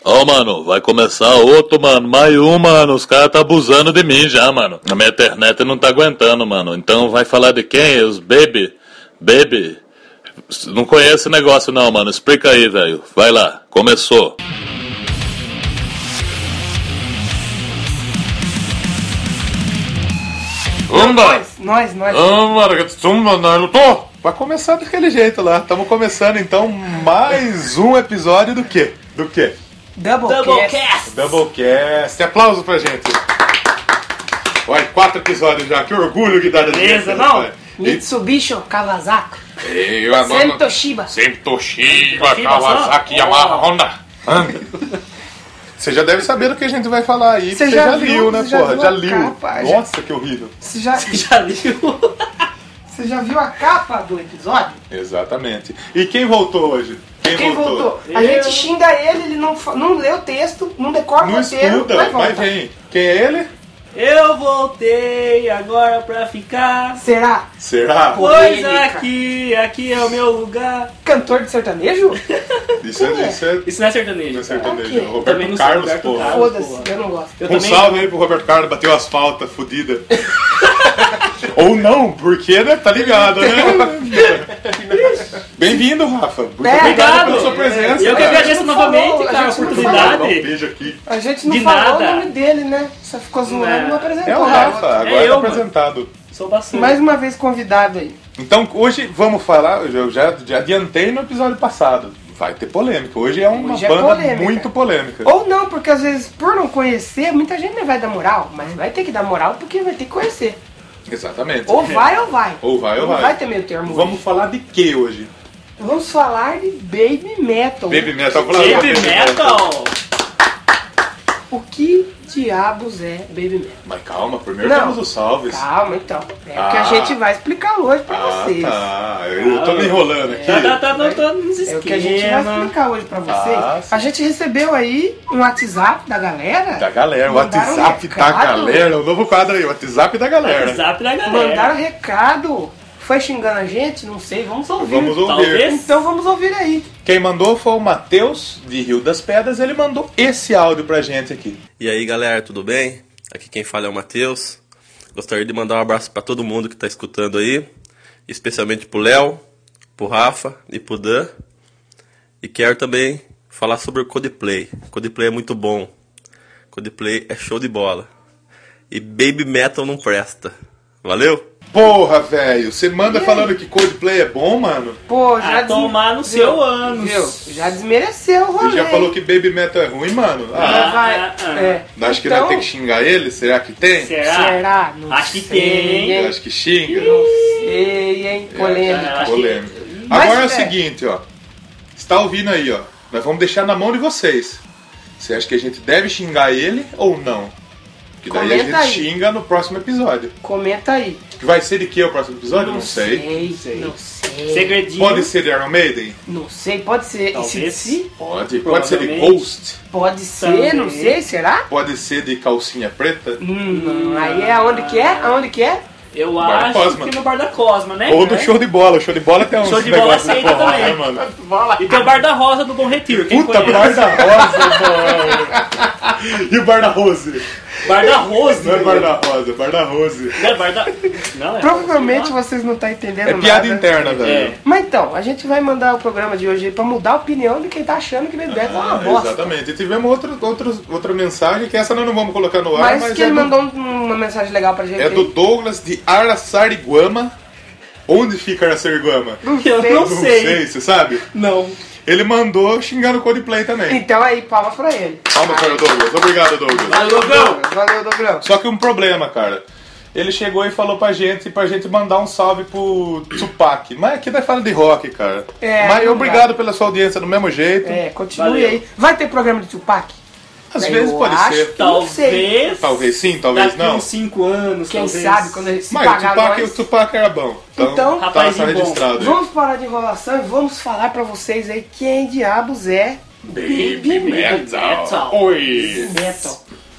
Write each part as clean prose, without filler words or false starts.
Ó, mano, vai começar outro, mano. Mais um, mano. Os caras tá abusando de mim já, mano. A minha internet não tá aguentando, mano. Então vai falar de quem? Os baby? Baby? Não conheço esse negócio não, mano. Explica aí, velho. Vai lá. Começou. Nós. Mano, tô. Vai começar daquele jeito lá. Estamos começando então mais um episódio do quê? Doublecast. Doublecast. Aplauso pra gente. Olha, 4 episódios já. Que orgulho que dá da gente. Beleza, não? Mitsubishi, Kawasaki. Sempre Toshiba. Kawasaki, Yamaha, Honda. Você já deve saber do que a gente vai falar aí. Você já liu, né, porra? Já liu. Capa, Nossa, que horrível. Você já liu? Você já viu a capa do episódio? Exatamente. E quem voltou hoje? Quem voltou? A gente xinga ele não lê o texto, não decora o roteiro. Não escuta, mas vem. Quem é ele? Eu voltei agora pra ficar. Será? Pois aqui é o meu lugar. Cantor de sertanejo? Isso não é sertanejo. Não é sertanejo. Ok. Roberto Também não sou Carlos, Roberto porra. Carlos. Foda-se, eu não gosto. Eu Um salve aí pro Roberto Carlos, bateu asfalto, fodida. Ou não, porque, né? Tá ligado, né? Bem-vindo, Rafa. Muito obrigado pela sua presença. Eu que agradeço novamente, cara, a oportunidade. Um beijo aqui. A gente não De falou nada. o nome dele, né? Só ficou zoando e não apresentou. É o Rafa, agora eu, tá apresentado. Sou bastante. Mais uma vez convidado aí. Então, hoje vamos falar, eu já adiantei no episódio passado. Vai ter polêmica. Hoje é uma Hoje é banda polêmica. muito polêmica. Ou não, porque às vezes, por não conhecer, muita gente não vai dar moral, mas vai ter que dar moral porque vai ter que conhecer. Exatamente. Ou vai ou vai. Não Não vai ter meio termo. Vamos falar de que hoje? Vamos falar de Baby Metal. Baby Metal. Baby Metal. O que diabos é Baby Metal? Mas calma, primeiro Não. temos os salves. Calma, então. É o que a gente vai explicar hoje pra vocês. Tá. Eu tô me enrolando aqui. Tá nos É o que a gente vai esquemas. explicar hoje pra vocês. sim. A gente recebeu aí um WhatsApp da galera. Da galera, o Mandaram WhatsApp da recado. galera. O novo quadro aí, o WhatsApp da galera. Zap da galera. Mandaram recado. Foi xingando a gente? Não sei, vamos ouvir. Vamos ouvir. Talvez. Então vamos ouvir aí. Quem mandou foi o Matheus, de Rio das Pedras. Ele mandou esse áudio pra gente aqui. E aí galera, tudo bem? Aqui quem fala é o Matheus. Gostaria de mandar um abraço para todo mundo que está escutando aí, especialmente pro Léo, pro Rafa e pro Dan. E quero também falar sobre o Codeplay. Codeplay é muito bom. Codeplay é show de bola. E Baby Metal não presta. Valeu? Porra, velho, você manda falando que Coldplay é bom, mano? Pô, já Tomar no seu ânus. Viu? Já desmereceu o E rolê. já falou que Baby Metal é ruim, mano? Já vai. É. Acho que Então, nós temos que xingar ele? Será que tem? Será? Não Acho que sei, tem. Eu acho que xinga. Não sei, hein? Polêmica. acho Polêmica. Mas, Agora é o é. seguinte, ó. Você tá ouvindo aí, ó. Nós vamos deixar na mão de vocês. Você acha que a gente deve xingar ele ou não? Que daí Comenta a gente aí. xinga no próximo episódio. Comenta aí. Que vai ser de que o próximo episódio? Não sei. Não sei. Segredinho. Pode ser de Iron Maiden? Não sei, pode ser. Talvez. AC/DC? Pode. Pode ser de Provavelmente. Ghost? Pode ser, Também. não sei, será? Pode ser de calcinha preta? Não, aí é aonde que é? Aonde que é? Eu Bar da acho Cosma. que no Bar da Cosma, né? Ou do show de bola. O show de bola tem uns Show de bola negócios aceita forró, também. né, mano? E tem o Bar da Rosa do Bom Retiro. Quem Puta, conhece? Bar da Rosa, mano. E o Bar da Rose? Bar da Rose. Não é Bar da Rosa, é Bar da Rose. Não é Bar da... Não, é Provavelmente Não. vocês não estão entendendo É nada. piada interna, velho. É. Mas então, a gente vai mandar o programa de hoje aí pra mudar a opinião de quem tá achando que Baby Metal é uma bosta. Exatamente. E tivemos outra mensagem, que essa nós não vamos colocar no ar, Mas, mas que é, ele do, mandou uma mensagem legal pra gente é do Douglas de Araçariguama. Onde fica Araçariguama? Eu não Não sei, você sabe? Não. Ele mandou xingando o Coldplay também. Então aí, palmas pra ele. Palmas para o Douglas. Obrigado, Douglas. Valeu, Douglas. Valeu, Douglas. Só que um problema, cara. Ele chegou e falou pra gente mandar um salve pro Tupac. Mas aqui nós falamos de rock, cara. É, Mas não obrigado dá. pela sua audiência do mesmo jeito. É, continue Valeu. aí. Vai ter programa de Tupac? Às Eu vezes pode acho ser. que não sei. Talvez sim, talvez Daqui não. uns 5 anos, Quem talvez. sabe quando ele se Mas o pagar Tupac, nós. o Tupac era bom. Então, tá rapazinho bom. registrado aí. Vamos parar de enrolação e vamos falar pra vocês aí quem diabos é Baby Metal. Oi! Metal.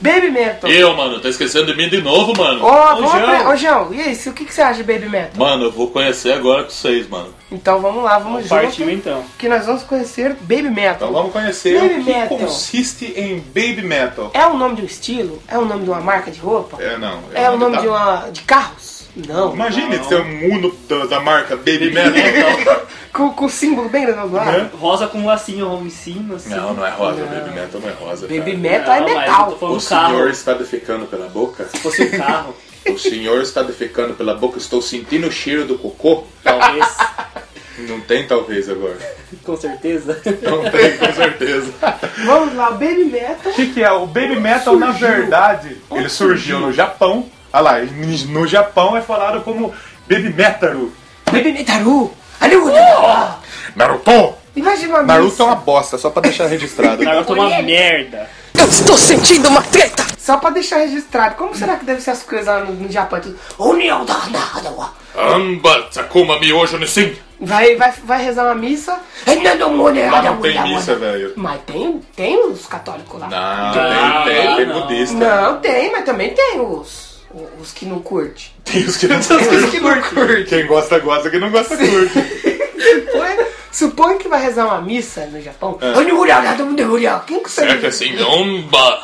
Baby Metal. Eu, mano, tá esquecendo de mim de novo, mano. Ô, João, e isso? O que você acha de Baby Metal? Mano, eu vou conhecer agora com vocês, mano. Então vamos lá, vamos junto. Partiu então. Que nós vamos conhecer Baby Metal. Então vamos conhecer Baby o que Metal. consiste em Baby Metal. É o nome de um estilo? É o nome de uma marca de roupa? Não. É o nome de carros? Não. Imagine ser um mundo da marca Baby Metal. Com o símbolo bem grande do lado. Rosa com um lacinho em cima, assim. Não é rosa, Baby Metal não é rosa. Baby cara. Metal é Não, mas eu metal. tô falando O do carro. senhor está defecando pela boca? Se fosse um carro, O senhor está defecando pela boca? Estou sentindo o cheiro do cocô? talvez. Não tem talvez agora. Com certeza. Não tem, com certeza. Vamos lá, o Baby Metal. O que é? O Baby Metal, na verdade, ele surgiu no Japão. Olha lá, no Japão é falado como Baby Metal. Baby Metaru. Naruto! Imagina uma Naruto é missa. uma bosta, só pra deixar registrado. Naruto é uma merda. Eu estou sentindo uma treta! Só pra deixar registrado. Como será que deve ser as coisas lá no Japão? Tudo, União da nada. Amba, Sakuma Miojo Nissin. Vai rezar uma missa. Lá não tem missa, velho. Mas tem os católicos lá. Não, tem não. budista. Não, tem, mas também tem os que não curte. Tem os que não Os que não curte. Quem gosta, gosta. Quem não gosta, curte. Supõe que vai rezar uma missa no Japão. Quem que Será que é assim? Amba.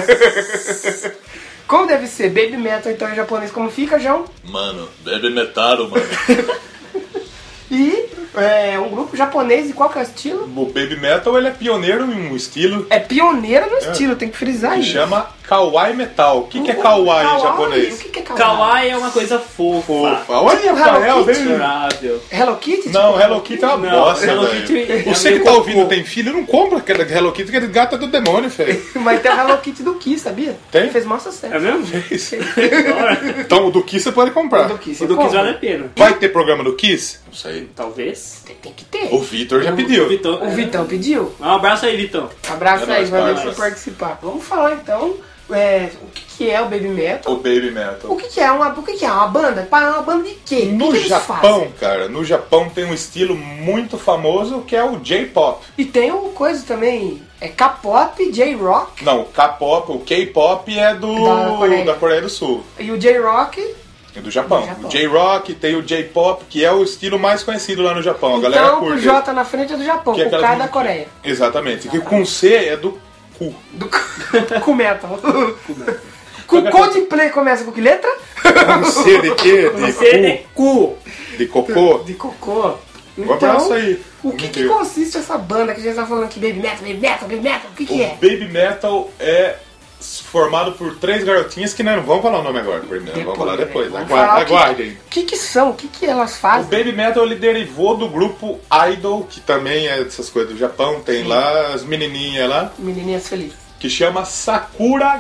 Como deve ser? Baby Metal, então, em japonês, como fica, João? Mano, Baby Metal, mano. E é um grupo japonês, e qual que é o estilo? O Baby Metal, ele é pioneiro em um estilo É pioneiro no estilo, tem que frisar que isso. chama Kawaii Metal. O que é Kawaii em japonês? O que é Kawaii? Kawaii é uma coisa fofa. Fofa. Olha, Hello Rafael, Kitty? bem... Adorável. Hello Kitty? Não, Tipo, Hello Kitty é uma Não, bosta, Hello velho. Kitty é Você meio que tá cocô. ouvindo tem filho, não compra aquela Hello Kitty, que é gata do demônio, velho. Mas tem o Hello Kitty do Kiss, sabia? Tem? Fez maior sucesso. É mesmo? Então o do Kiss você pode comprar. Do Kiss, O do Kiss vale a pena. Vai ter programa do Kiss? Não sei. Talvez. Tem que ter. O Vitor já pediu. Vitão. O Vitão pediu. Um abraço aí, Vitão. Abraço É aí, nóis, valeu pai. por participar. Vamos falar então o que é o Baby Metal. O Baby Metal. O que é uma banda? É uma banda de quê? No O que eles Japão, fazem? cara, no Japão tem um estilo muito famoso que é o J-pop. E tem uma coisa também, é K-pop, J-rock Não, o K-pop, o K-pop é da Coreia do Sul. e o J-rock. É do Japão. Do Japão. O J-rock, tem o J-pop, que é o estilo mais conhecido lá no Japão. A galera Então o curte. J na frente é do Japão, Que é o K aquelas é da Coreia. Exatamente. Que com C é do cu. Com metal. Com Coldplay começa com que letra? Com C de quê? Você De é cu. cu. De cocô. De cocô. Um abraço aí. O que Meu Deus. consiste essa banda que a gente tá falando aqui? Baby Metal, o que é? O Baby Metal é formado por 3 garotinhas que nós não vamos falar o nome agora primeiro, vamos falar depois. Vamos falar Aguardem. O que são? O que elas O fazem? Baby Metal ele derivou do grupo Idol, que também é dessas coisas do Japão, tem lá as menininhas lá, Menininhas felizes. que chama Sakura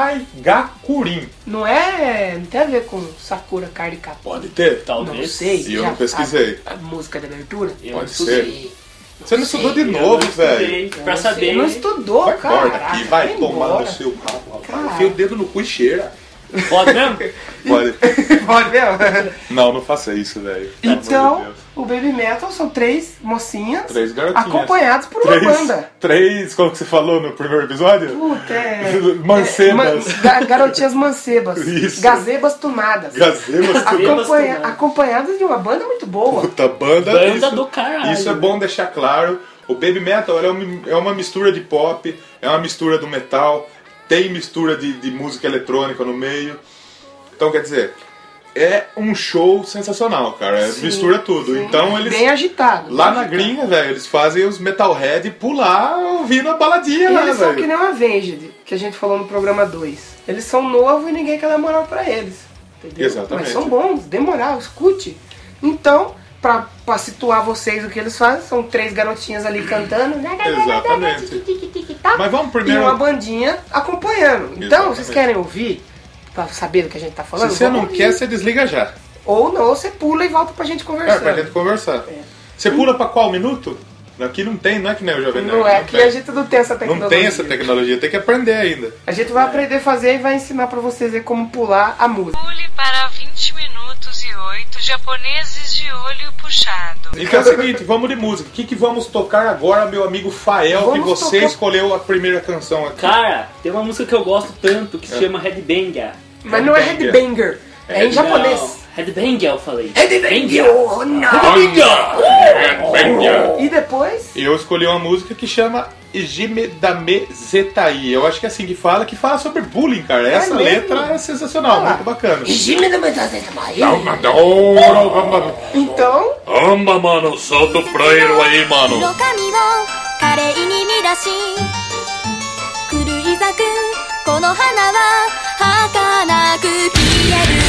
Gakurin. Não tem a ver com Sakura Card Cap. Pode ter? Talvez. Não sei. E eu não pesquisei. A música de abertura? Eu Pode estudei. ser. Você não estudou de Eu novo, não estudei, velho. Pra saber. Não estudou, Vai cara. embora daqui, vai tomar no seu rabo. Caralho. Enfia o dedo no cu e cheira. Pode mesmo? Pode. Pode ver? Não faça isso, velho. Pelo amor de Então, Deus. o Baby Metal são 3 mocinhas 3 garotinhas. acompanhadas por uma banda. 3, como que você falou no primeiro episódio? Puta, Mancebas. Garotinhas mancebas. Isso. Gazebas tunadas. Gazebas tunadas. Acompanhadas de uma banda muito boa. Puta banda. Banda do caralho. Isso é bom deixar claro. O Baby Metal é uma mistura de pop, é uma mistura do metal, tem mistura de música eletrônica no meio. Então, quer dizer, é um show sensacional, cara. Sim, Mistura tudo. sim. Então eles. Bem agitado. Lá bem na agitado. gringa, velho, eles fazem os metalhead pular ouvindo a baladinha lá, Eles são que velho. nem o Avenged, que a gente falou no programa 2. Eles são novos e ninguém quer dar moral pra eles. Entendeu? Exatamente. Mas são bons, dê moral, escute. Então, pra situar vocês o que eles fazem, são 3 garotinhas ali cantando. Exatamente. Mas vamos E primeiro. uma bandinha acompanhando. Então, Exatamente. vocês querem ouvir? Pra saber do que a gente tá falando? Se você Vamos não ouvir. quer, você desliga já. Ou não, você pula e volta pra gente conversar. É, pra gente conversar. Você pula pra qual minuto? Aqui não tem, não é que nem o Jovem Nerd. Não é, aqui tem. a gente não tem essa Não tecnologia. tem essa tecnologia, tem que aprender ainda. A gente vai aprender a fazer e vai ensinar pra vocês aí como pular a música. Pule para 20 minutos e 8 japoneses de olho puxado. Então é o seguinte, vamos de música. O que vamos tocar agora, meu amigo Fael, que você escolheu a primeira canção aqui? Cara, tem uma música que eu gosto tanto que se chama Headbanger. Mas não é headbanger, é em japonês. Não, Headbanger eu falei. Headbanger! E depois? Eu escolhi uma música que chama Ijime Dame Zetai. Eu acho que é assim que fala sobre bullying, cara. Essa letra é sensacional, muito bacana. Ijime Dame Zetai. Então... Amba, mano, solta o prairo aí, mano. この花は儚く消える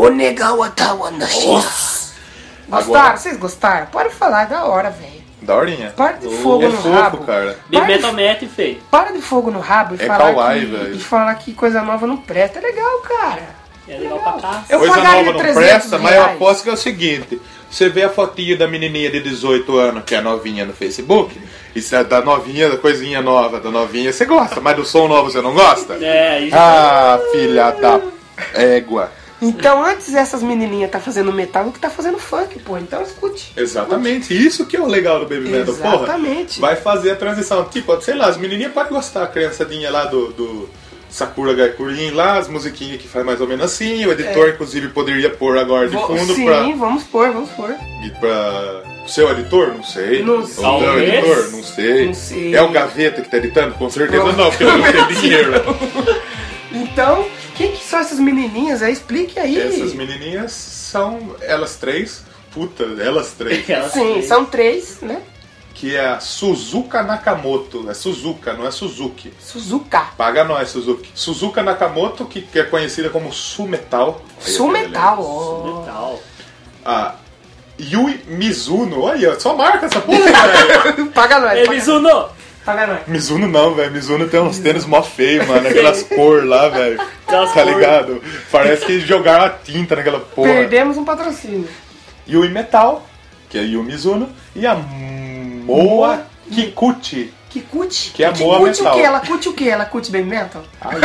Gostaram? Vocês gostaram? Pode falar, é da hora, velho. Daorinha. Para de fogo no fofo, rabo. cara. Baby Metal mete, feio. Para de fogo no rabo e É falar kawaii, que, velho. e falar que coisa nova não presta. É legal, cara. É legal pra cá. Eu Coisa pagaria nova não 300 presta, mas eu reais. aposto que é o seguinte. Você vê a fotinha da menininha de 18 anos, que é novinha no Facebook, e se é da novinha, da coisinha nova da novinha, você gosta, mas do som novo você não gosta? É, isso. Ah, filha da égua. Então, antes essas menininhas tá fazendo metal do que tá fazendo funk, pô. Então, escute. Exatamente, isso que é o legal do Baby Metal, porra. Exatamente. Vai fazer a transição. Tipo, sei lá, as menininhas podem gostar, a criançadinha lá do Sakura Gaikurin lá, as musiquinhas que faz mais ou menos assim. O editor, inclusive, poderia pôr agora de fundo Sim, pra... vamos pôr. E pra... O seu editor? Não sei. Não sei. O teu editor? Não sei. Não sei. É o Gaveta que tá editando? Com certeza não, porque ele não tem dinheiro. Então, quem que são essas menininhas aí? Explique aí. Essas menininhas são elas três. Puta, elas três. Sim, são 3, né? Que é a Suzuka Nakamoto. É Suzuka, não é Suzuki. Suzuka. Paga nós, Suzuki. Suzuka Nakamoto, que é conhecida como Su-Metal. Su-Metal, ó. Metal. A Yui Mizuno. Olha, só marca essa porra, velho. Paga nós. Ei, Mizuno! Paga nós. Mizuno não, velho. Mizuno tem uns tênis mó feio, mano. Aquelas cor lá, velho. Aquelas Tá cor. ligado? Parece que jogaram a tinta naquela porra. Perdemos um patrocínio. Yui Metal, que é Yui Mizuno. E a Moa Kikuchi. Kikuchi? Que é a Que Moa curte Metal. o quê? Ela curte o quê? Ela curte Baby Metal? Ai,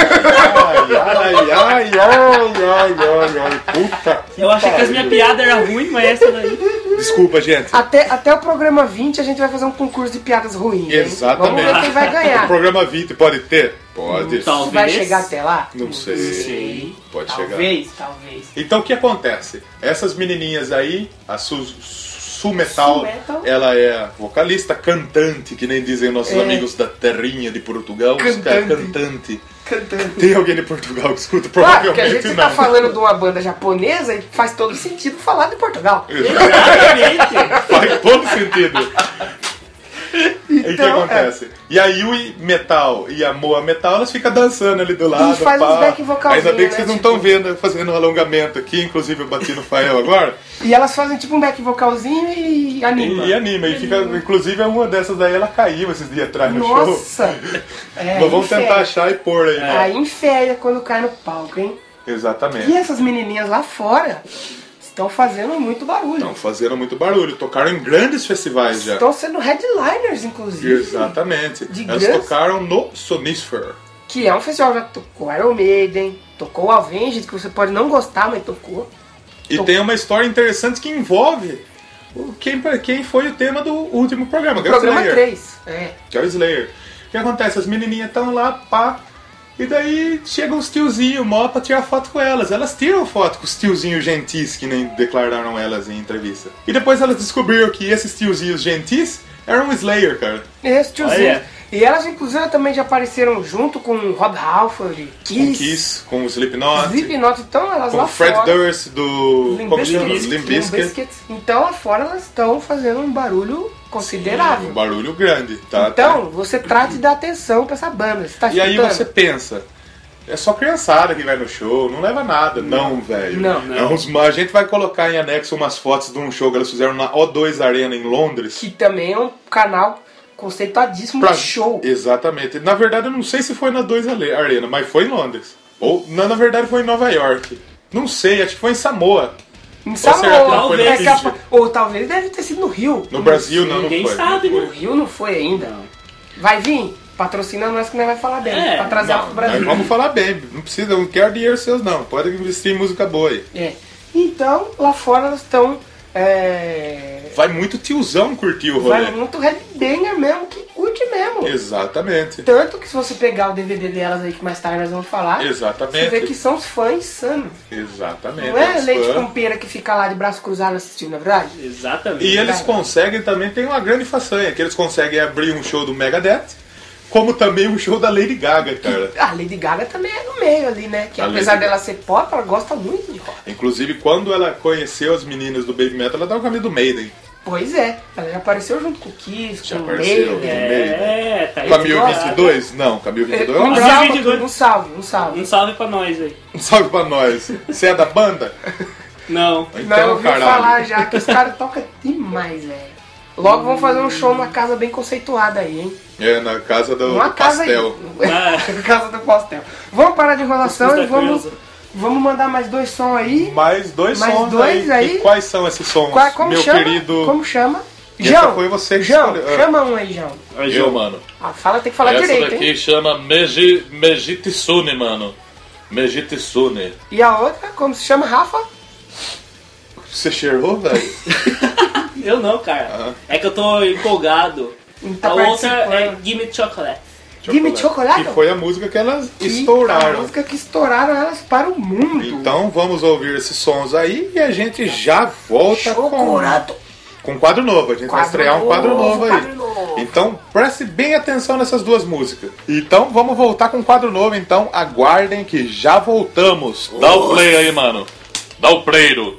puta. Eu achei que as minhas piadas eram ruins, mas essa daí. Desculpa, gente. Até o programa 20 a gente vai fazer um concurso de piadas ruins. hein? Exatamente. Vamos ver quem vai O ganhar. programa 20 pode ter? Pode. Talvez. Vai chegar até lá? Não sei. Pode chegar. Talvez. Então o que acontece? Essas menininhas aí, a Su-Metal, Su-Metal. ela é vocalista, cantante, que nem dizem nossos É. amigos da terrinha de Portugal. Os caras, cantante. Cantando. Tem alguém de Portugal que escuta? Claro, porque a Provavelmente gente não. tá falando de uma banda japonesa e faz todo sentido falar de Portugal. Exatamente. Faz todo sentido. E o que Então, acontece? E a Yui Metal e a Moa Metal, elas ficam dançando ali do lado. E faz pá. uns back vocalzinho, Ainda bem que né, vocês não tipo- estão vendo, fazendo um alongamento aqui. Inclusive eu bati no Fael agora. E elas fazem tipo um back vocalzinho e anima. E anima. E fica, inclusive uma dessas daí ela caiu esses dias atrás no show. Nossa! É, Nós vamos infere. tentar achar e pôr aí. Aí infere quando cai no palco, hein? Exatamente. E essas menininhas lá fora estão fazendo muito barulho. Estão fazendo muito barulho. Tocaram em grandes festivais já. Estão sendo headliners, inclusive. Exatamente. De Elas grandes- tocaram no Sonisphere. Que é um festival, já tocou Iron Maiden, tocou Avenged, que você pode não gostar, mas tocou. E tem uma história interessante que envolve quem foi o tema do último programa, que é o Programa Slayer. 3. É. Que é o Slayer. O que acontece? As menininhas estão lá, pá. E daí chegam os tiozinhos, mó pra tirar foto com elas. Elas tiram foto com os tiozinhos gentis, que nem declararam elas em entrevista. E depois elas descobriram que esses tiozinhos gentis eram o Slayer, cara. Esse tiozinho. Olha. E elas, inclusive, também já apareceram junto com o Rob Halford, Com Kiss, Kiss, com o Slipknot, Slipknot. Então elas com lá o Fred fora... Durst do... Limp Como chama? Bizkit, Limp Bizkit. Então lá fora elas estão fazendo um barulho considerável. Um barulho grande, tá? Então, você trate de dar atenção pra essa banda. Você tá E aí escutando? você pensa, é só criançada que vai no show, não leva nada. Não, velho. Não. A gente vai colocar em anexo umas fotos de um show que elas fizeram na O2 Arena em Londres. Que também é um canal conceituadíssimo de show. Exatamente. Na verdade, eu não sei se foi na 2 Arena, mas foi em Londres. Ou, na verdade, foi em Nova York. Não sei, acho que foi em Samoa. Em será que não Samoa. foi no É Fiji? ou talvez deve ter sido no Rio. No Brasil, não Ninguém foi. sabe, No né? Rio não foi ainda. Vai vir? Patrocina nós que nós vai falar bem. É, pra trazer Não, pro Brasil. mas vamos falar bem. Não precisa, não quero dinheiro seus, não. Pode investir em música boa aí. É. Então, lá fora elas estão... Vai muito tiozão curtir o rolê. Vai muito headbanger mesmo, que curte mesmo. Exatamente. Tanto que se você pegar o DVD delas aí, que mais tarde nós vamos falar, Exatamente. você vê que são os fãs insanos. Exatamente. Não é Os leite fãs. com pera que fica lá de braço cruzado assistindo, na verdade? Exatamente. E eles conseguem também, tem uma grande façanha, que eles conseguem abrir um show do Megadeth, como também um show da Lady Gaga, cara. A Lady Gaga também é no meio ali, né? Que A apesar Lady dela ser pop, ela gosta muito de rock. Inclusive, quando ela conheceu as meninas do Baby Metal, ela tava com a camisa do Maiden. Pois é, ela já apareceu junto com o Kiss, Já com o apareceu. Maiden. Tá aí. Camil 22? Não, Camil 22 é Um uma... salve, um salve. Um salve pra nós aí. Um salve pra nós. Você é da banda? Não. Não, eu Então, ouvi caralho. falar já que os caras tocam demais, velho. Logo vão fazer um show numa casa bem conceituada aí, hein? É, na casa do Uma casa pastel. aí. Na casa do pastel. Vamos parar de enrolação e Cuscuz da vamos mandar mais 2 sons aí. Mais dois Mais sons dois aí. E quais são esses sons, Como meu chama? querido? Como chama? E essa foi você que João, escolheu. chama um aí, João. Eu, mano. Ah, fala, tem que falar Essa direito, daqui hein? chama Mejitsune, mano. Mejitsune. E a outra, como se chama, Rafa? Você cheirou, velho? Eu não, cara. É que eu tô empolgado. Tá A outra participando. é Gimme Chocolate. Gimme Chocolate? Que foi a música que elas A estouraram. música que estouraram elas para o mundo. Então vamos ouvir esses sons aí e a gente já volta Chocolate. com um quadro novo. A gente vai Quadro estrear um quadro novo aí. quadro novo. Então preste bem atenção nessas duas músicas. Então vamos voltar com um quadro novo. Então aguardem que já voltamos. Dá o play aí, mano. Dá o playo.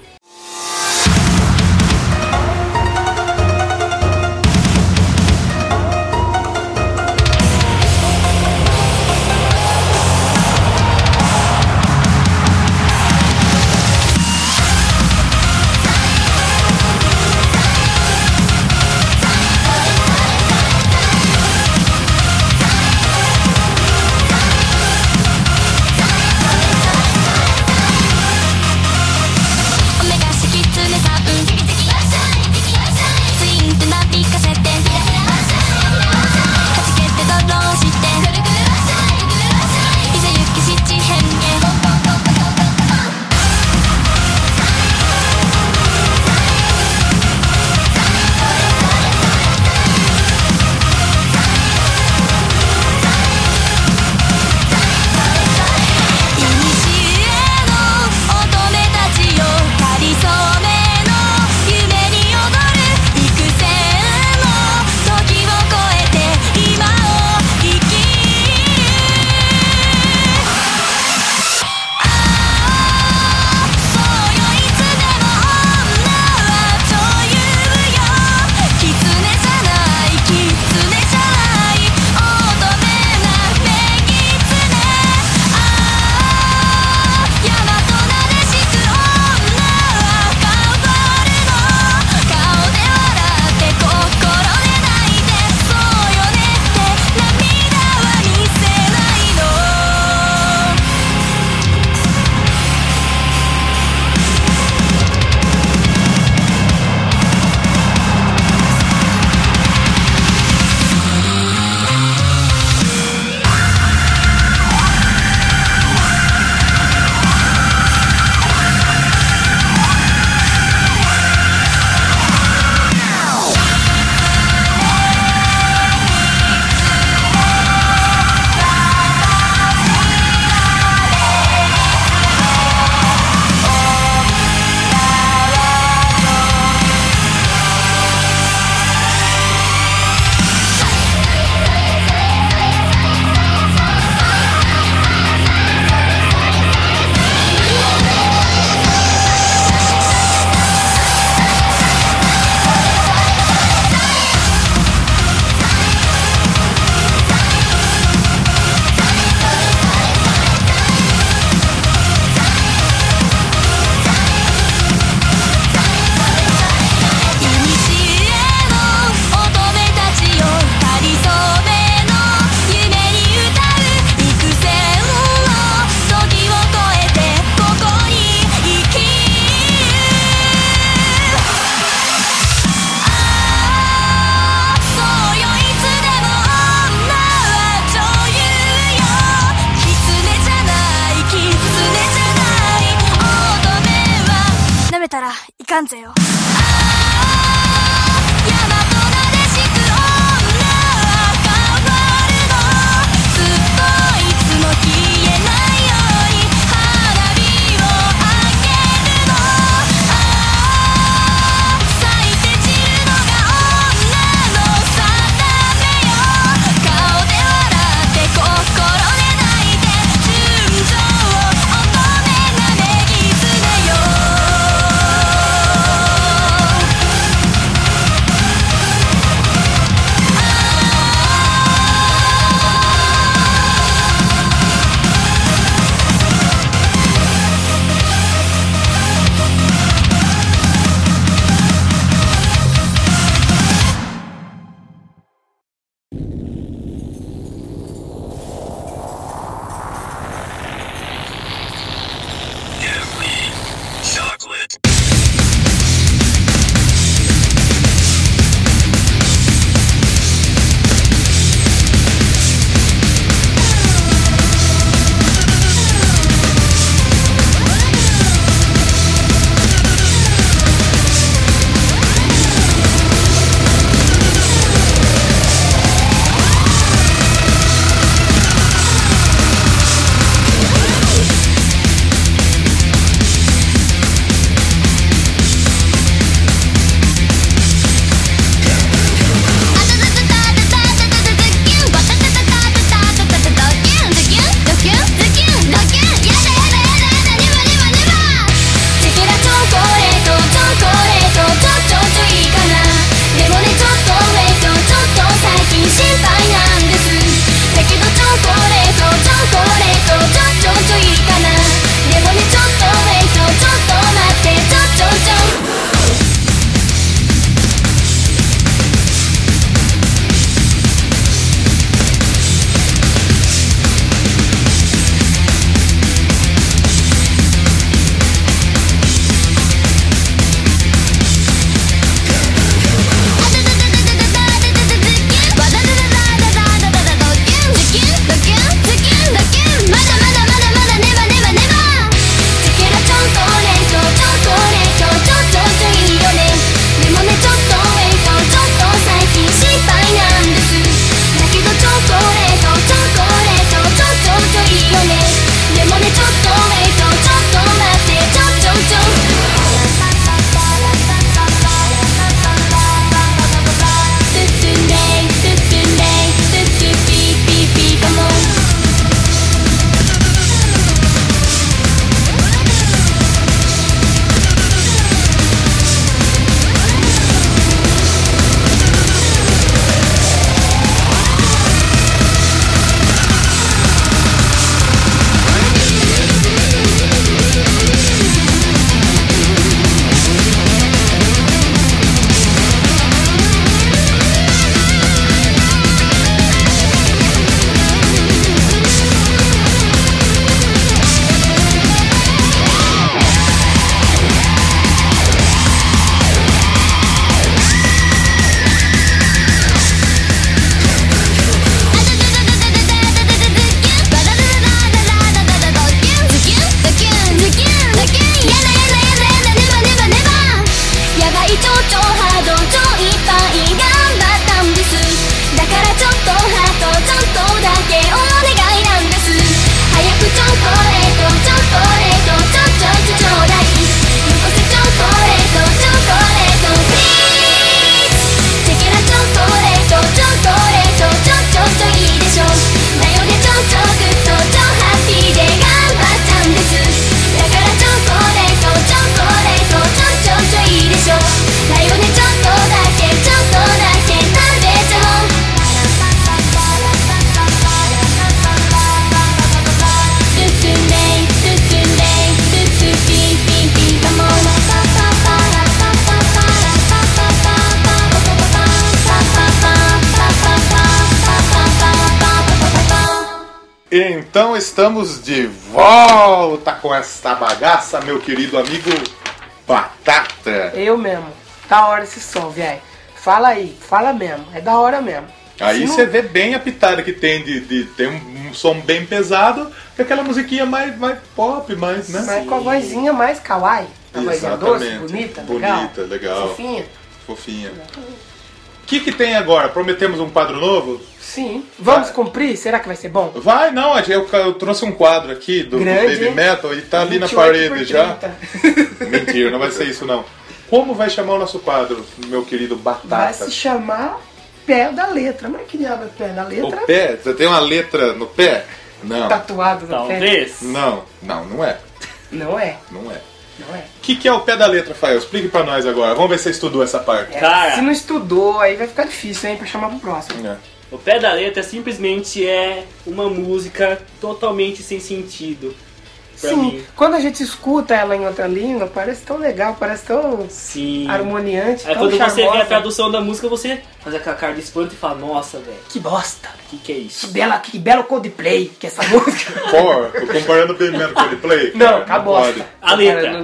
Então estamos de volta com esta bagaça, meu querido amigo Batata. Eu mesmo. Da hora esse som, velho. Fala aí, fala mesmo. É da hora mesmo. Aí você vê bem a pitada que tem de ter um som bem pesado, com aquela musiquinha mais pop, mais, né? Mas com a vozinha mais kawaii. A vozinha doce, bonita, legal. Fofinha. O que tem agora? Prometemos um quadro novo? Sim. Vamos cumprir? Será que vai ser bom? Vai, não. Eu trouxe um quadro aqui do Baby Metal e tá ali na parede já. Mentira, não vai ser isso não. Como vai chamar o nosso quadro, meu querido Batata? Vai se chamar Pé da Letra. Mas que diabo é Pé da Letra? O pé? Você tem uma letra no pé? Não. Tatuado no pé? Talvez. Não é. Não é. O que é o pé da letra, Fael? Explique pra nós agora. Vamos ver se você estudou essa parte. Cara. Se não estudou, aí vai ficar difícil, hein, pra chamar pro próximo. O Pé da Letra simplesmente é uma música totalmente sem sentido. Pra Sim, mim. quando a gente escuta ela em outra língua, parece tão legal, parece tão harmoniante, Aí tão quando charmosa. você vê a tradução da música, você faz aquela cara de espanto e fala, nossa, velho, Que bosta! que é isso? Que belo Coldplay, que é essa música. Pô, tô comparando bem mesmo com o Coldplay? Não, a bosta. A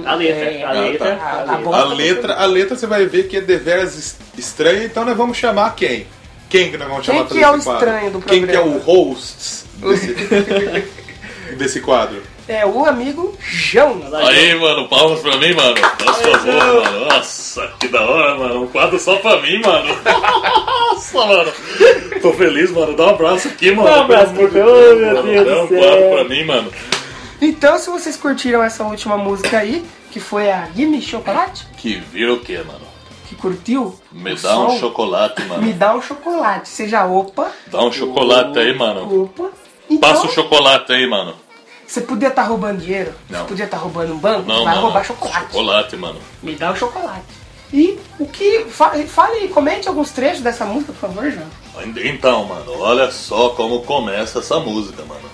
letra. A letra você vai ver que é deveras estranha, então nós vamos chamar quem? Quem que nós vamos chamar? Quem que é o estranho do Quem que é programa? o host desse quadro? É o amigo João. Aí, mano, palmas pra mim, mano. Por favor, mano. Nossa, que da hora, mano. Um quadro só pra mim, mano. Nossa, mano. Tô feliz, mano. Dá um abraço aqui, mano. Dá um abraço, meu Deus do Dá um céu. quadro pra mim, mano. Então, se vocês curtiram essa última música aí, que foi a Gimme Chocolate, Que vira o quê, mano? que curtiu, Me o dá um som, chocolate, Me mano. dá um chocolate. Seja opa, Dá um chocolate aí, mano. opa. Então, Passa o chocolate aí, mano. você podia estar roubando dinheiro, Não. você podia estar roubando um banco, Não, vai não, roubar não. chocolate. Chocolate, mano. Me dá o chocolate. E o que. Fale, comente alguns trechos dessa música, por favor, João. Então, mano, olha só como começa essa música, mano.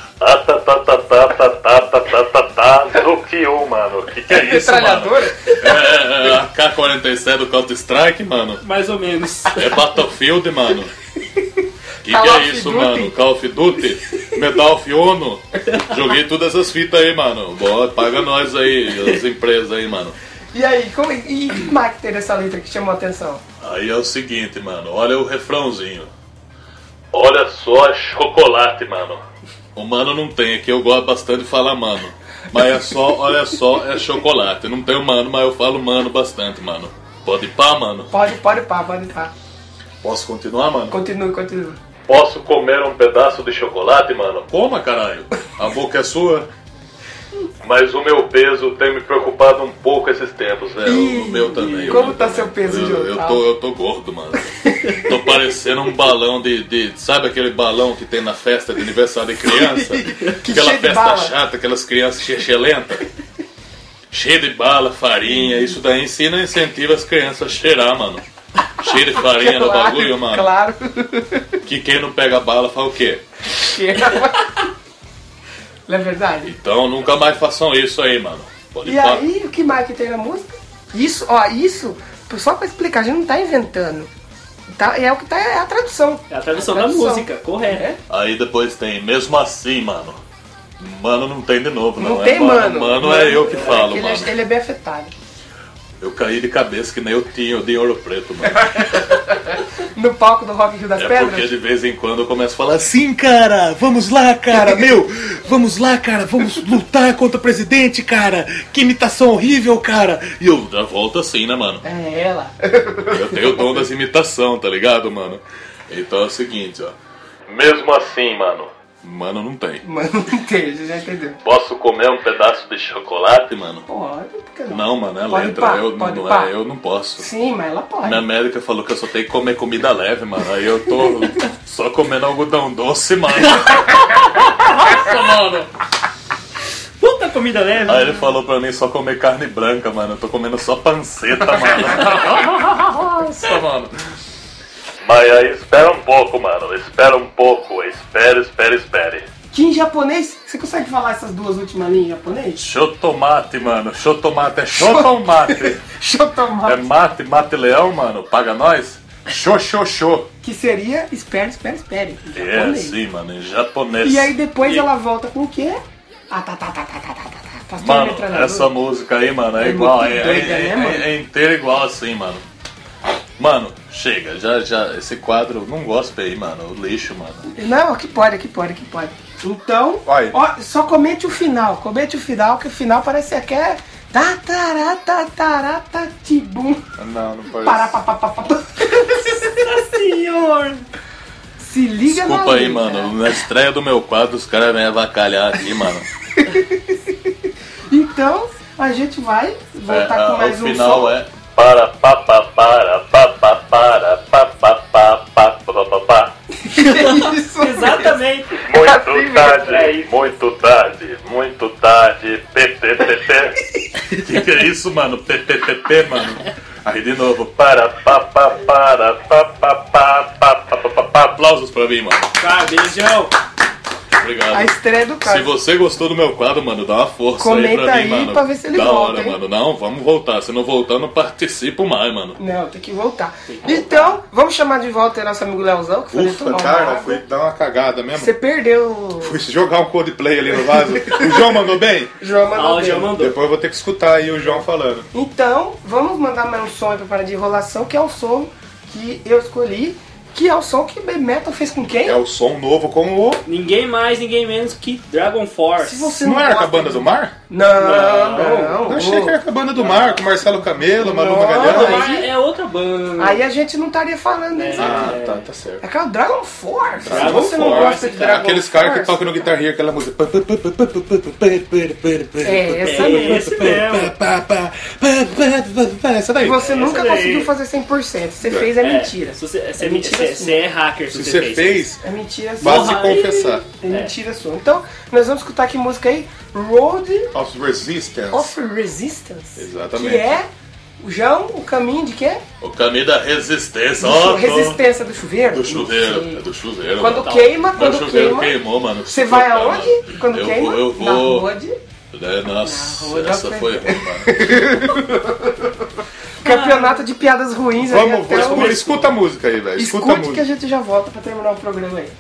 Do Kyo, mano. Que é isso, mano? Metralhadora? É a K-47 do Counter-Strike, mano. Mais ou menos. É Battlefield, mano. Que Call é of isso, Duty. mano? Call of Duty? Medal of Honor? Joguei todas essas fitas aí, mano. Boa, paga nós aí, as empresas aí, mano. E aí, e que mais que teve essa letra que chamou a atenção? Aí é o seguinte, mano. Olha o refrãozinho. Olha só, chocolate, mano. O mano não tem, aqui eu gosto bastante de falar mano. Mas é só, olha só, é chocolate. Não tenho mano, mas eu falo mano bastante, mano. Pode ir pá, mano? Pode pá. Posso continuar, mano? Continue. Posso comer um pedaço de chocolate, mano? Coma, caralho. A boca é sua. Mas o meu peso tem me preocupado um pouco esses tempos, velho. O meu também. Como tá seu peso, João? Eu tô gordo, mano. Tô parecendo um balão de... Sabe aquele balão que tem na festa de aniversário de criança? Aquela cheio de festa bala. chata, aquelas crianças chechelentas. Cheio de bala, farinha. Isso daí ensina e incentiva as crianças a cheirar, mano. Cheio de farinha no bagulho, mano. Claro. Que quem não pega bala faz o quê? Não é verdade? Então nunca mais façam isso aí, mano. Pode E aí, o que mais que tem na música? Isso, só pra explicar, a gente não tá inventando. Tá, é o que tá, é a tradução. É a tradução da música, correto. Aí depois tem, mesmo assim, mano. Mano não tem de novo, não. Não tem mano. Mano é eu que falo, Ele, mano. ele é bem afetado. Eu caí de cabeça que nem eu tinha, eu de Ouro Preto, mano. No palco do Rock in Rio das É Pedras? porque de vez em quando eu começo a falar assim, cara, vamos lá, cara, meu, vamos lá, cara, vamos lutar contra o presidente, cara, que imitação horrível, cara. E eu já volto assim, né, mano? É ela. Eu tenho o dom das imitações, tá ligado, mano? Então é o seguinte, ó. Mesmo assim, mano. Mano não tem. Mano, não tem, você já entendeu. Posso comer um pedaço de chocolate, mano? Pode, por que não? Não, mano, é Pode letra. pá, Eu pode não, pá. eu não posso. Sim, mas ela pode. Minha médica falou que eu só tenho que comer comida leve, mano. Aí eu tô só comendo algodão doce, mano. Nossa, mano. Puta comida leve. Aí ele falou pra mim só comer carne branca, mano. Eu tô comendo só panceta, mano. Nossa, mano. Mas aí espera um pouco, mano. Espera um pouco. Espere. Que em japonês, você consegue falar essas duas últimas linhas em japonês? Chotomate, mano. Chotomate é chotomate. É Chotomate. mate leão, mano. Paga nós. Xoxoxô. Que seria espere, espere, espere. em É, japonês. sim, mano, em japonês. E aí depois E- ela volta com o quê? Ah, tá. Pastor Mano, metralhador. essa música aí, mano, é É igual, muito doida, né, mano? é inteira igual assim, mano. Mano, chega, já, esse quadro, não gosto aí, mano, o lixo, mano. Não, aqui pode. Então, Vai. ó, só comente o final, que o final parece que é tibum. Não parece. Parapapapapá. Senhor! Se liga na Desculpa aí, letra. mano, na estreia do meu quadro os caras vêm avacalhar aqui, mano. Então, a gente vai voltar com mais o um final som. é para pa pa para pa pa para pa pa pa pa pa pa pa. Isso. Exatamente. Muito tarde, PPPP. Que é isso, mano? PPPP, mano. Aí de novo, para pa pa para pa pa pa pa pa pa pa. Aplausos pra mim, mano. Tá, beijão. Obrigado. A estreia do Se cara. você gostou do meu quadro, mano, dá uma força Comenta aí pra mim, aí mano. pra ver se ele da volta, hora, hein? mano. Não, vamos voltar. Se não voltar, eu não participo mais, mano. Não, tem que voltar. Então, vamos chamar de volta o nosso amigo Leozão, que foi Ufa, tomar uma cara, água. fui dar uma cagada mesmo. Você perdeu. Fui jogar um Coldplay ali no vaso. O João mandou bem? João mandou Ah, o João bem. mandou. Depois eu vou ter que escutar aí o João falando. Então, vamos mandar mais um som aí pra parar de enrolação, que é o som que eu escolhi, que é o som que Baby Metal fez com quem? É o som novo com o... Ninguém mais, ninguém menos que Dragon Force. Se você Não era com a gosta banda do mar? Não. Eu achei que era com a banda do mar, com Marcelo Camelo, Manu Não, Magalhães. Mas é outra banda. Aí a gente não estaria falando disso. Ah, tá certo. É aquela Dragon Force. Dragon Se você não Force, gosta de Dragon Aqueles caras que Force, tocam no Guitar Hero, aquela música. É, essa É mesmo. esse mesmo. Essa daí. E você nunca daí. conseguiu fazer 100%. Você fez é mentira. Se você, É mentira você é hacker Se se você fez, É mentira vá sua. se confessar. É mentira sua. Então, nós vamos escutar que música aí? Road Of Resistance. of Resistance. Exatamente. Que é o João, o caminho de quê? O caminho da resistência, Do ó. resistência do chuveiro? Do chuveiro. Não sei. É do chuveiro. Quando mano. queima, Meu quando chuveiro queima. queimou, mano. Você vai Desculpa, aonde? mano. Quando eu queima? Vou, Na rua de Nossa, Na rua da essa frente. foi ruim, mano. campeonato de piadas ruins. aí Vamos, até o- escuta a música aí, velho. Escuta a Escute que música. a gente já volta pra terminar o programa aí.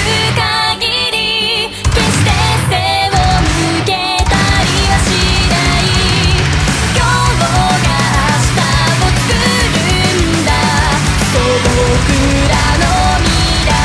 限り決して背を向けたりはしない今日が明日を作るんだそう僕らの未来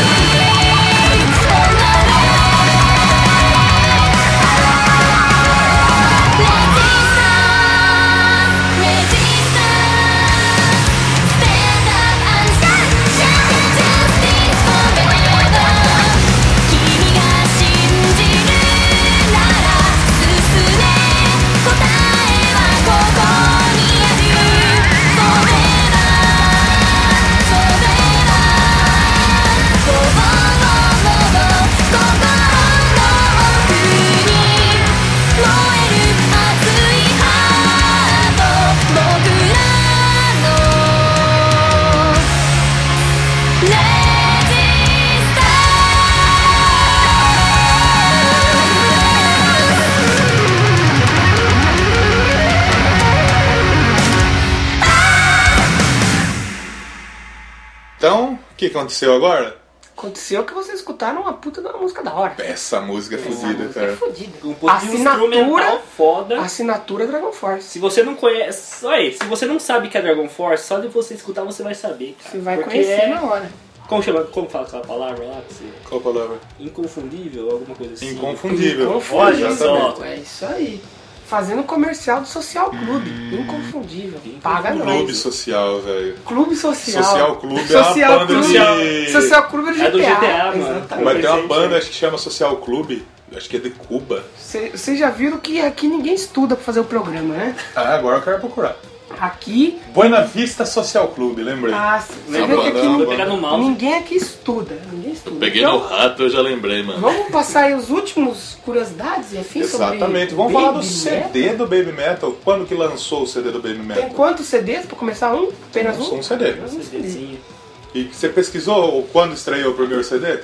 Então, o que aconteceu agora? Aconteceu que vocês escutaram uma puta de uma música da hora. Essa música é fodida, Essa música cara. é fodida. Um pouquinho instrumental foda. Assinatura Dragon Force. Se você não conhece. Olha aí, se você não sabe que é Dragon Force, só de você escutar você vai saber, cara. Você vai Porque conhecer na hora. Como chama? Como fala aquela palavra lá? Que você... Qual a palavra? Inconfundível, alguma coisa assim. Inconfundível. Olha Exatamente. só. É isso aí. Fazendo comercial do Social Clube. Inconfundível. Paga Clube nós. social, velho. Clube Social. Social Clube Social é uma banda Clube. de... Social Clube é do GTA. É do GTA, mano. Exatamente. Mas tem uma Presente, banda, né? acho que chama Social Clube. Acho que é de Cuba. Vocês já viram que aqui ninguém estuda pra fazer o programa, né? Ah, agora eu quero procurar. Aqui... Buena Vista Social Clube, lembrei. Você Não, vê que aqui vou pegar no mouse. ninguém aqui estuda. Ninguém estuda. Peguei Então, no rato, eu já lembrei, mano. vamos passar aí os últimos curiosidades e afins sobre Exatamente. Vamos falar do Baby CD Metal. do Baby Metal. Quando que lançou o CD do Baby Tem Metal? quantos CDs pra começar? Um? Apenas Lançou um? um CD. Apenas um CD. CDzinho. E você pesquisou quando estreou o primeiro CD?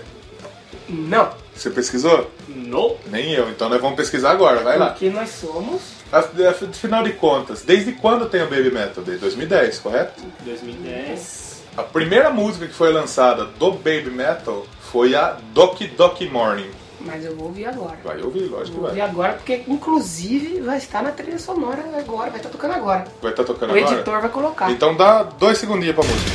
Não. Você pesquisou? No. Nem eu. Então nós vamos pesquisar agora. Vai lá. Porque nós somos... Afinal de contas, desde quando tem o Baby Metal? Desde 2010, correto? 2010. A primeira música que foi lançada do Baby Metal foi a Doki Doki Morning. Mas eu vou ouvir agora. Vai ouvir, lógico que Vou ouvir vai. agora porque, inclusive, vai estar na trilha sonora agora. Vai estar tocando agora. Vai estar tocando O agora? editor vai colocar. Então dá 2 segundinhos pra música.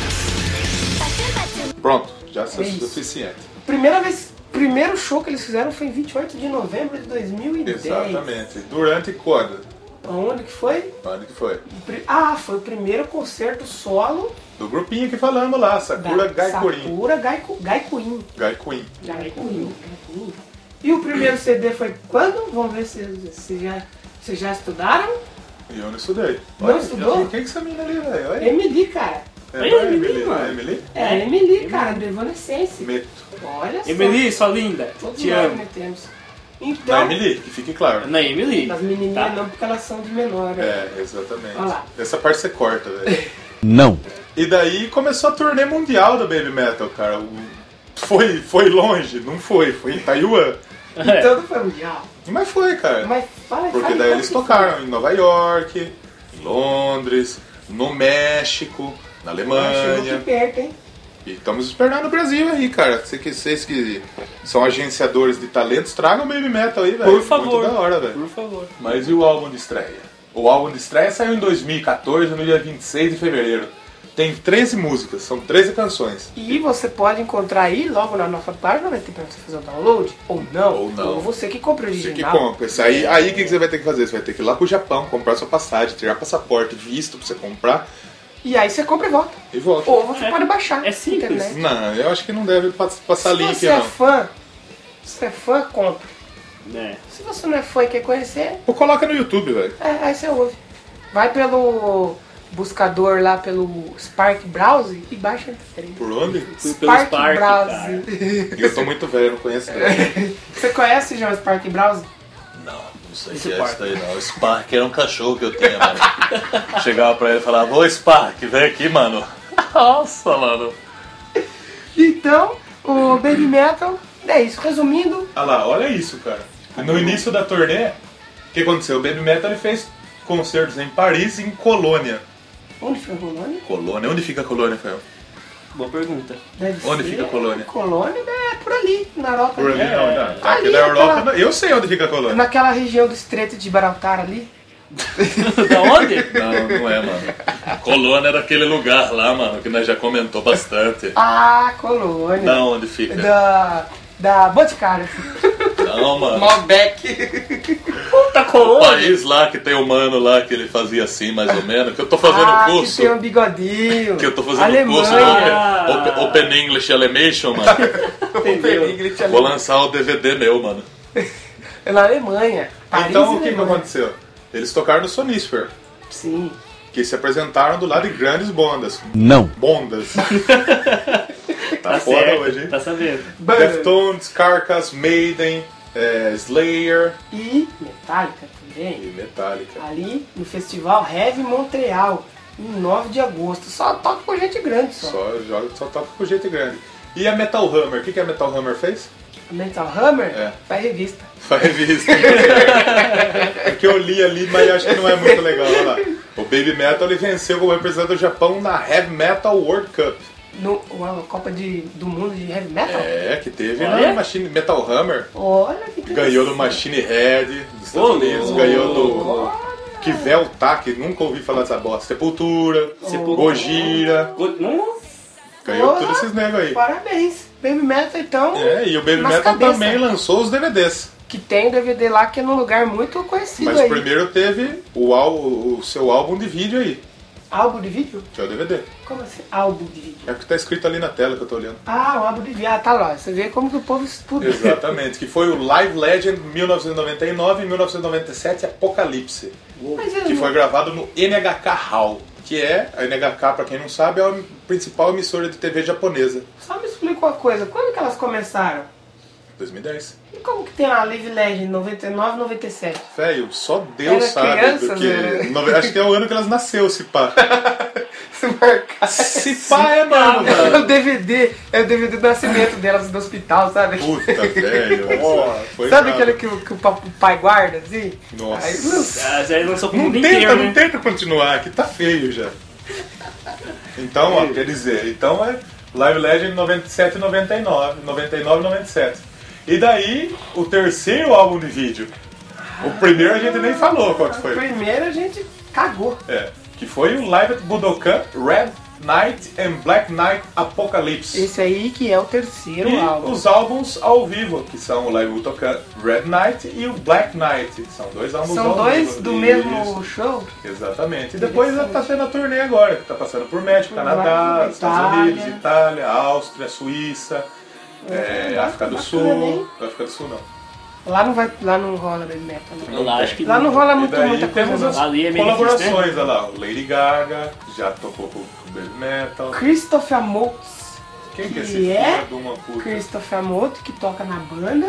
Pronto, já é isso. suficiente. Primeiro show que eles fizeram foi em 28 de novembro de 2010. Exatamente. Durante quando? Onde que foi? Quando que foi? Foi o primeiro concerto solo Do grupinho que falamos lá, Sakura da Gaikurin. Sakura Gaikuin. Gaikuin. Gaikuin. E o primeiro CD foi quando? Vamos ver se já estudaram. E eu não estudei. Não estudou? Quem que essa mina ali, velho? Olha. Emily, cara. É a Emily, mano. a Emily? É, Emily, cara, do Evanescence. Meto. Olha só. Emily, sua linda. Todos Te nós amo. metemos. Na Então, Emily, que fique claro. Na Emily. das menininhas Tá. não, porque elas são de menor. Né? É, exatamente. Olha lá. Essa parte você corta, velho. Não. E daí começou a turnê mundial do Baby Metal, cara. Foi longe? Não foi. Foi em Taiwan. Então não foi mundial. Mas foi, cara. Mas fala Porque fala daí então eles que tocaram em Nova York, em Londres, no México, na foi. Chegou Alemanha. aqui perto, hein? E estamos esperando no Brasil aí, cara. Vocês que são agenciadores de talentos, tragam o Baby Metal aí, velho. Por favor. Muito da hora, velho. Por favor. Mas e o álbum de estreia? O álbum de estreia saiu em 2014, no dia 26 de fevereiro. Tem 13 músicas, são 13 canções. E você pode encontrar aí, logo na nossa página, vai ter pra você fazer o download, ou não. Ou não. Ou você que compra o Você original. que compra. Isso aí o que você vai ter que fazer? Você vai ter que ir lá pro Japão, comprar sua passagem, tirar passaporte, visto pra você comprar E aí você compra e volta. e volta. Ou você É. pode baixar É na simples. internet. Não, eu acho que não deve passar Se link, você é não. fã, compra. É. Se você não é fã e quer conhecer, Ou coloca no YouTube, velho. aí você ouve. Vai pelo buscador lá, pelo Spark Browse e baixa a MP3. Por onde? Pelo Spark, Eu tô muito velho, eu não conheço não. Você conhece já o Spark Browse? Não, não sei Esse se é Spark. isso daí não. O Spark era um cachorro que eu tinha, mano. Chegava pra ele e falava, ô Spark, vem aqui, mano. Nossa, mano. Então, o Baby Metal é isso. Resumindo, Ah lá, olha isso, cara. No início da turnê, o que aconteceu? O Baby Metal ele fez concertos em Paris e em Colônia. onde foi a Colônia? Colônia? Onde fica a Colônia, Rafael? Boa pergunta. Deve Onde ser fica a Colônia? Colônia deve por ali, na Europa. Por ali não, não. Aqui Ali, na Europa, aquela- eu sei onde fica a colônia. Naquela região do Estreito de Gibraltar ali. Da onde? Não, não é, mano. Colônia era aquele lugar lá, mano, que nós já comentou bastante. Ah, colônia. Da onde fica? Da Boticário. Não, mano. Malbec. Puta O colônia. país lá que tem o mano lá que ele fazia assim, mais ou menos, que eu tô fazendo Ah, curso. que tem um bigodinho. Que eu tô fazendo Alemanha. curso no Open English Animation, mano. Entendeu? Vou lançar o DVD meu, mano. É na Alemanha. Paris Então e o que Alemanha. aconteceu? Eles tocaram no Sonisphere, Sim. que se apresentaram do lado de grandes bondas. Não. Bondas. Tá foda certo, hoje, hein? tá sabendo. Deftones, Carcass, Maiden, Slayer E Metallica e também. Metallica. Ali no Festival Heavy Montreal, em 9 de agosto. Só toca com gente grande só. Só toca com gente grande. E a Metal Hammer? O que a Metal Hammer fez? A Metal Hammer É. faz revista. Faz revista. É que eu li ali, mas acho que não é muito legal. Olha lá. O Baby Metal ele venceu como representante do Japão na Heavy Metal World Cup. Uma Copa do Mundo de Heavy Metal. É, que teve Olha. na Machine Metal Hammer. Olha que Ganhou do Machine Head dos Estados Ô, Unidos. louco. Ganhou do Kivel Tak, nunca ouvi falar dessa bosta. Sepultura, Gojira. Nossa. Ganhou Porra. todos esses negros aí. Parabéns. Baby Metal, então. É, e o Baby nas Metal cabeça. também lançou os DVDs. Que tem o DVD lá que é num lugar muito conhecido Mas aí. primeiro teve o seu álbum de vídeo aí, Álbum de vídeo? que é o DVD. Como assim? Álbum de vídeo. É o que tá escrito ali na tela que eu tô olhando. Ah, um álbum de vídeo. Ah, tá lá. Você vê como que o povo estuda. Exatamente, que foi o Live Legend 1999 e 1997 Apocalipse, Mas eu que não- foi gravado no NHK Hall, que é, a NHK, pra quem não sabe, é a principal emissora de TV japonesa. Só me explica uma coisa. Quando que elas começaram? 2010. E como que tem a Live Legend 99, 97? Velho, só Deus Era sabe, criança, porque né? acho que é o ano que elas nasceu, se pá. Se marcar. Se pá é mesmo, É o mano. DVD. É o DVD do nascimento delas do hospital, sabe? Puta, velho. Foi Sabe bravo. aquele que o pai guarda, assim? Nossa. Aí, Ah, já lançou pro Não mundo tenta, inteiro, não né? tenta continuar, que tá feio já. Então, ó, quer dizer, então é Live Legend 97 e 99, 99 e 97. E daí, o terceiro álbum de vídeo. O primeiro a gente nem falou qual que foi. primeiro a gente cagou. É, que foi o Live at Budokan Red Knight and Black Knight Apocalypse. Esse aí que é o terceiro E álbum. os álbuns ao vivo, que são o Live Budokan Red Knight e o Black Knight. São dois álbuns São ao dois vivo. do Isso. mesmo show? Exatamente. E depois tá tendo a turnê agora, que tá passando por México, Canadá, Itália. Estados Unidos, Itália, Áustria, Suíça, África do bacana, Sul. hein? África do Sul não. Lá não rola Baby Metal. Não. Lá acho que Lá não rola E muito, daí muita coisa. temos não. as Ali é meio colaborações, difícil, olha lá. O Lady Gaga já tocou com o Baby Metal. Christopher Motes, Quem que é esse que é filho de uma puta? Christopher Motes, que toca na banda.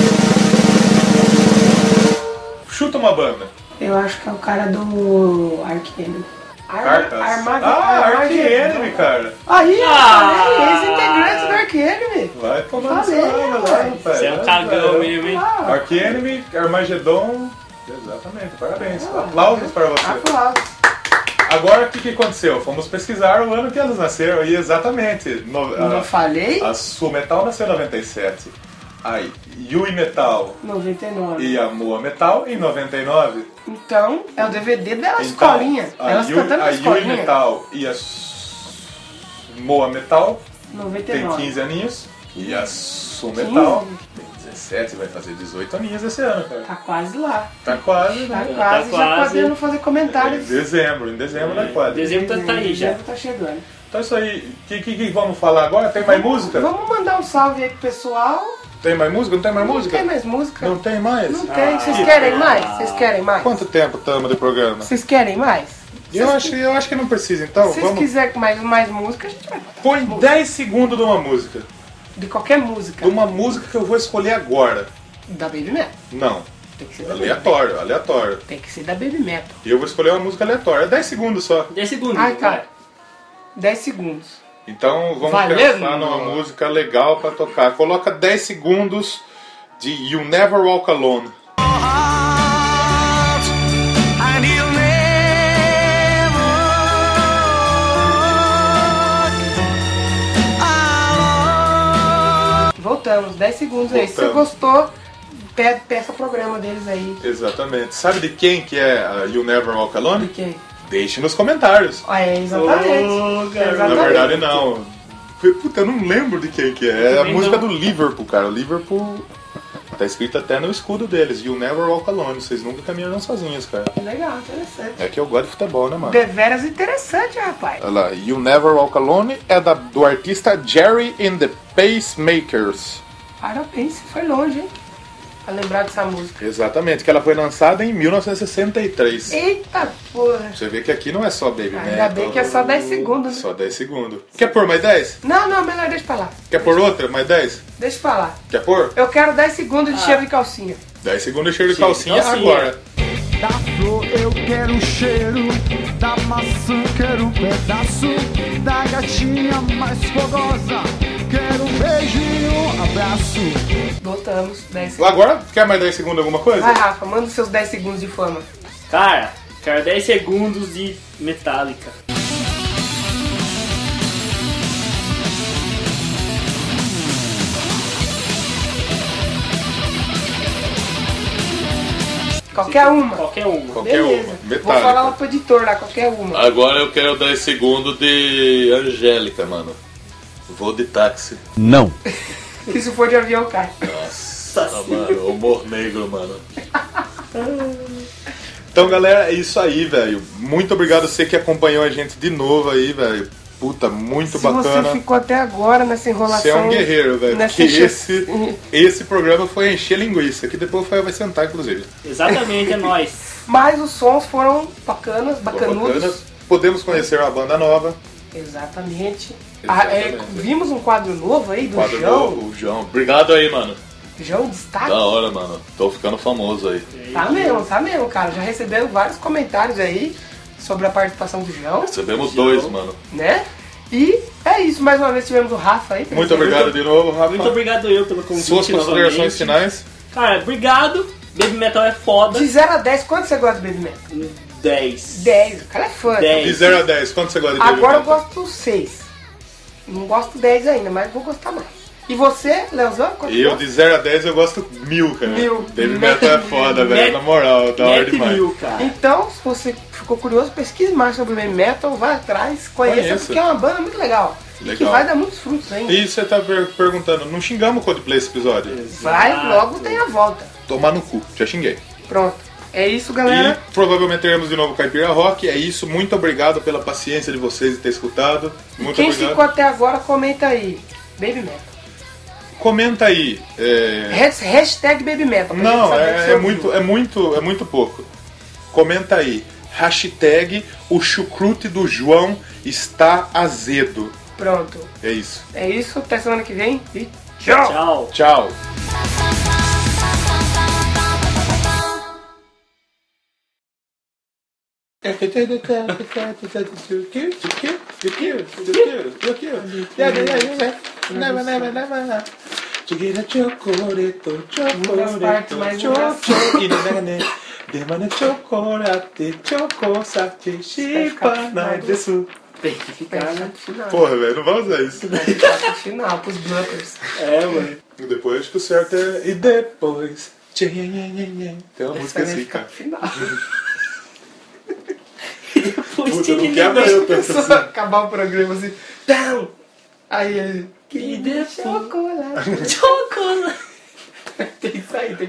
Chuta uma banda. Eu acho que é o cara do Ark Enemy. Cartas. Ark Enemy, cara. Aí, ex-integrante do Ark Enemy. Vai tomar no Falei, seu rapaz. lá, rapaz. Você é um cagão mesmo, hein? Ark Enemy, Armageddon. Exatamente, parabéns. Aplausos para você. Aplausos. Agora, o que aconteceu? Fomos pesquisar o ano que elas nasceram e exatamente. Não falei? A Su Metal nasceu em 97. A Yui Metal 99. e a Moa Metal em 99. Então, é o DVD dela Então, escolinha. Elas cantando a na Yui escolinha. Metal e a Moa Metal tem 99. 15 aninhos. E a Su Metal 15? tem 17, vai fazer 18 aninhos esse ano, cara. Tá quase lá. Tá quase, Tá né? quase, já quase. podendo fazer comentários. Em dezembro tá quase. Dezembro tá aí já. Dezembro tá chegando. Então é isso aí. O que vamos falar agora? Tem mais música? Vamos mandar um salve aí pro pessoal. Tem mais música? Não tem mais música? Não tem mais música? Não tem mais? Não tem. Vocês querem mais? Vocês querem mais? Quanto tempo estamos de programa? Vocês querem mais? Eu acho que não precisa, então. Se vocês Vamos. quiserem mais música, a gente vai botar. Põe 10 segundos de uma música. De qualquer música. De uma música que eu vou escolher agora. Da Baby Metal. Não. Tem que ser da Baby Metal. Aleatório, aleatório. Tem que ser da Baby Metal. E eu vou escolher uma música aleatória. É 10 segundos só. 10 segundos. Ai, vai. cara. 10 segundos. Então vamos Valendo? pensar numa música legal pra tocar. Coloca 10 segundos de You Never Walk Alone. Voltamos, 10 segundos aí. Se você Voltamos. gostou, peça o programa deles aí. Exatamente. Sabe de quem que é a You Never Walk De Alone? quem? Deixe nos comentários. Exatamente. Ô, garoto. Na Exatamente. verdade, não. Puta, eu não lembro de quem que é. É a Também música não. do Liverpool, cara. O Liverpool tá escrito até no escudo deles. You Never Walk Alone. Vocês nunca caminharam sozinhos, cara. Legal, interessante. É que eu gosto de futebol, né, mano? Deveras interessante, rapaz. Olha lá, You Never Walk Alone é do artista Jerry and the Pacemakers. Parabéns, você foi longe, hein? Pra lembrar dessa música. Exatamente, que ela foi lançada em 1963. Eita porra. Você vê que aqui não é só Baby Ainda Metal. bem que é só 10 segundos, né? Só 10 segundos. Quer pôr mais 10? Não, melhor deixa pra lá. Quer pôr outra? Mais 10? Deixa pra lá. Quer pôr? Eu quero 10 segundos de cheiro de calcinha. 10 segundos de cheiro de Cheiro de calcinha calcinha. agora. Da flor eu quero o cheiro, da maçã quero um pedaço, da gatinha mais fogosa, quero um beijo e um abraço. Voltamos, 10 segundos. Agora, quer mais 10 segundos alguma coisa? Vai, Rafa, manda os seus 10 segundos de fama. Cara, quero 10 segundos de Metallica. Qualquer uma. Qualquer uma. Qualquer Beleza. uma. Vou Metallica. falar lá pro editor lá, qualquer uma. Agora eu quero 10 segundos de Angélica, mano. Vou de táxi. Não. E se for de avião, cai. Nossa, mano, humor negro, mano. Então, galera, é isso aí, velho. Muito obrigado a você que acompanhou a gente de novo aí, velho. Puta, muito Se bacana. você ficou até agora nessa enrolação... Você é um guerreiro, velho. nessa Porque enche- esse programa foi encher linguiça, que depois o Fael vai sentar, inclusive. Exatamente, é nóis. Mas os sons foram bacanas, bacanudos. Bacana. Podemos conhecer uma banda nova. Exatamente. Exatamente. Vimos um quadro novo aí do Quadro João. novo, o João. Obrigado aí, mano. João Destaque. Da hora, mano. Tô ficando famoso aí. Tá mesmo, cara. Já recebemos vários comentários aí sobre a participação do João, Recebemos 2, mano. né? E é isso, mais uma vez tivemos o Rafa aí. Muito obrigado de novo, Rafa. Muito obrigado eu pelo convite Suas considerações novamente. finais. Cara, obrigado. Baby Metal é foda. De 0 a 10, quanto você gosta de Baby Metal? 10. 10, o cara é fã. 10. De 0 a 10, quanto você gosta de Baby Agora eu Metal? gosto 6. Não gosto 10 ainda, mas vou gostar mais. E você, Leozão? Quanto Eu, gosta? de 0 a 10, eu gosto 1000, cara. 1000. Baby Metal é foda, velho. Mete- Na moral, da hora Mete demais. 1000, cara. Então, se você ficou curioso, pesquise mais sobre Baby Metal, vai atrás, conheça, Conheça. porque é uma banda muito legal. E que Legal. vai dar muitos frutos ainda. E você tá perguntando, não xingamos o Coldplay esse episódio? Vai, Exato. logo tem a volta. Tomar no cu, já xinguei. Pronto. É isso, galera. E provavelmente teremos de novo Caipira Rock. É isso, muito obrigado pela paciência de vocês de ter escutado. Muito Quem obrigado. ficou até agora, comenta aí. Baby Metal. Comenta aí. Hashtag Baby Metal. pra gente Não, saber que você ouviu. é muito pouco. Comenta aí. Hashtag o chucrute do João está azedo. Pronto. É isso. É isso, até semana que vem e tchau! Tchau. Tchau. Das partes mais Tem que ficar, né? Final. Porra, velho, não vamos usar isso. Final, pros bloopers. É, mano. Depois acho que o certo é. E depois. Tem uma música assim, cara. Final. Puta, não quebra eu tanto Só assim. acabar o programa assim. Down! Aí ele. E depois- Chocolate. Chocolate. Tem isso aí, tem